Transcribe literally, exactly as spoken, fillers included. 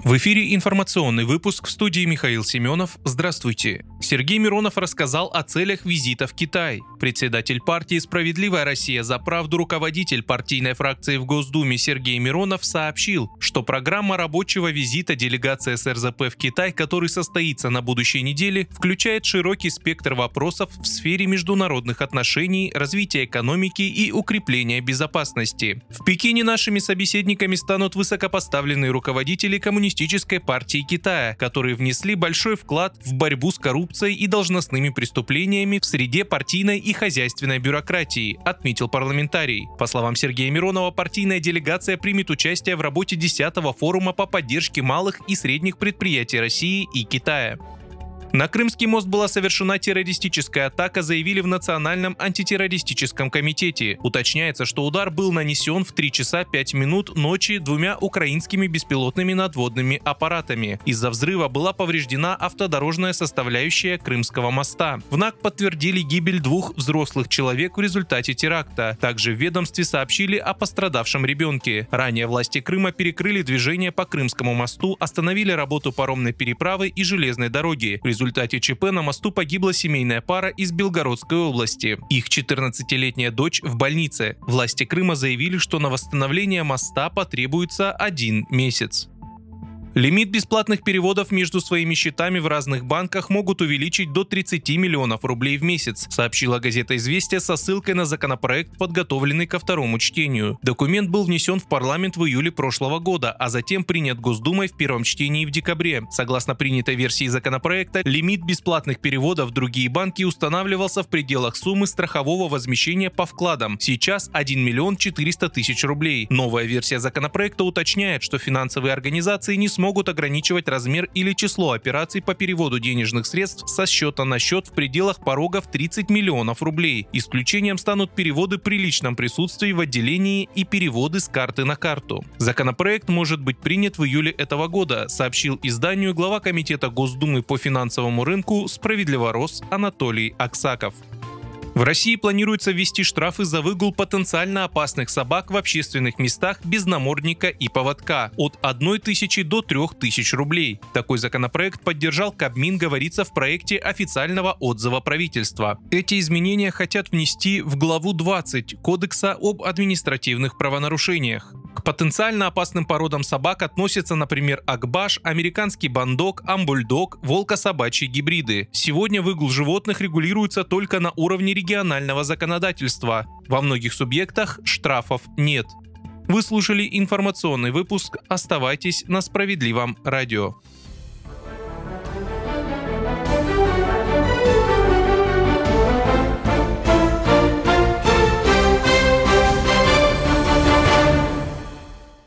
В эфире информационный выпуск, в студии Михаил Семенов. Здравствуйте. Сергей Миронов рассказал о целях визита в Китай. Председатель партии «Справедливая Россия за правду», руководитель партийной фракции в Госдуме Сергей Миронов сообщил, что программа рабочего визита делегации эс эр зэ пэ в Китай, который состоится на будущей неделе, включает широкий спектр вопросов в сфере международных отношений, развития экономики и укрепления безопасности. В Пекине нашими собеседниками станут высокопоставленные руководители коммунистической Коммунистической партии Китая, которые внесли большой вклад в борьбу с коррупцией и должностными преступлениями в среде партийной и хозяйственной бюрократии, отметил парламентарий. По словам Сергея Миронова, партийная делегация примет участие в работе десятого форума по поддержке малых и средних предприятий России и Китая. На Крымский мост была совершена террористическая атака, заявили в Национальном антитеррористическом комитете. Уточняется, что удар был нанесен в три часа пять минут ночи двумя украинскими беспилотными надводными аппаратами. Из-за взрыва была повреждена автодорожная составляющая Крымского моста. В НАК подтвердили гибель двух взрослых человек в результате теракта. Также в ведомстве сообщили о пострадавшем ребенке. Ранее власти Крыма перекрыли движение по Крымскому мосту, остановили работу паромной переправы и железной дороги. В результате ЧП на мосту погибла семейная пара из Белгородской области. Их четырнадцатилетняя дочь в больнице. Власти Крыма заявили, что на восстановление моста потребуется один месяц. Лимит бесплатных переводов между своими счетами в разных банках могут увеличить до тридцати миллионов рублей в месяц, сообщила газета «Известия» со ссылкой на законопроект, подготовленный ко второму чтению. Документ был внесен в парламент в июле прошлого года, а затем принят Госдумой в первом чтении в декабре. Согласно принятой версии законопроекта, лимит бесплатных переводов в другие банки устанавливался в пределах суммы страхового возмещения по вкладам. Сейчас один миллион четыреста тысяч рублей. Новая версия законопроекта уточняет, что финансовые организации не смогут могут ограничивать размер или число операций по переводу денежных средств со счета на счет в пределах порога в тридцать миллионов рублей. Исключением станут переводы при личном присутствии в отделении и переводы с карты на карту. Законопроект может быть принят в июле этого года, сообщил изданию глава Комитета Госдумы по финансовому рынку «Справедливорос» Анатолий Аксаков. В России планируется ввести штрафы за выгул потенциально опасных собак в общественных местах без намордника и поводка от одной тысячи до трёх тысяч рублей. Такой законопроект поддержал Кабмин, говорится в проекте официального отзыва правительства. Эти изменения хотят внести в главу двадцать Кодекса об административных правонарушениях. К потенциально опасным породам собак относятся, например, акбаш, американский банддог, амбульдог, волко-собачьи гибриды. Сегодня выгул животных регулируется только на уровне регионального законодательства. Во многих субъектах штрафов нет. Вы слушали информационный выпуск. Оставайтесь на Справедливом радио.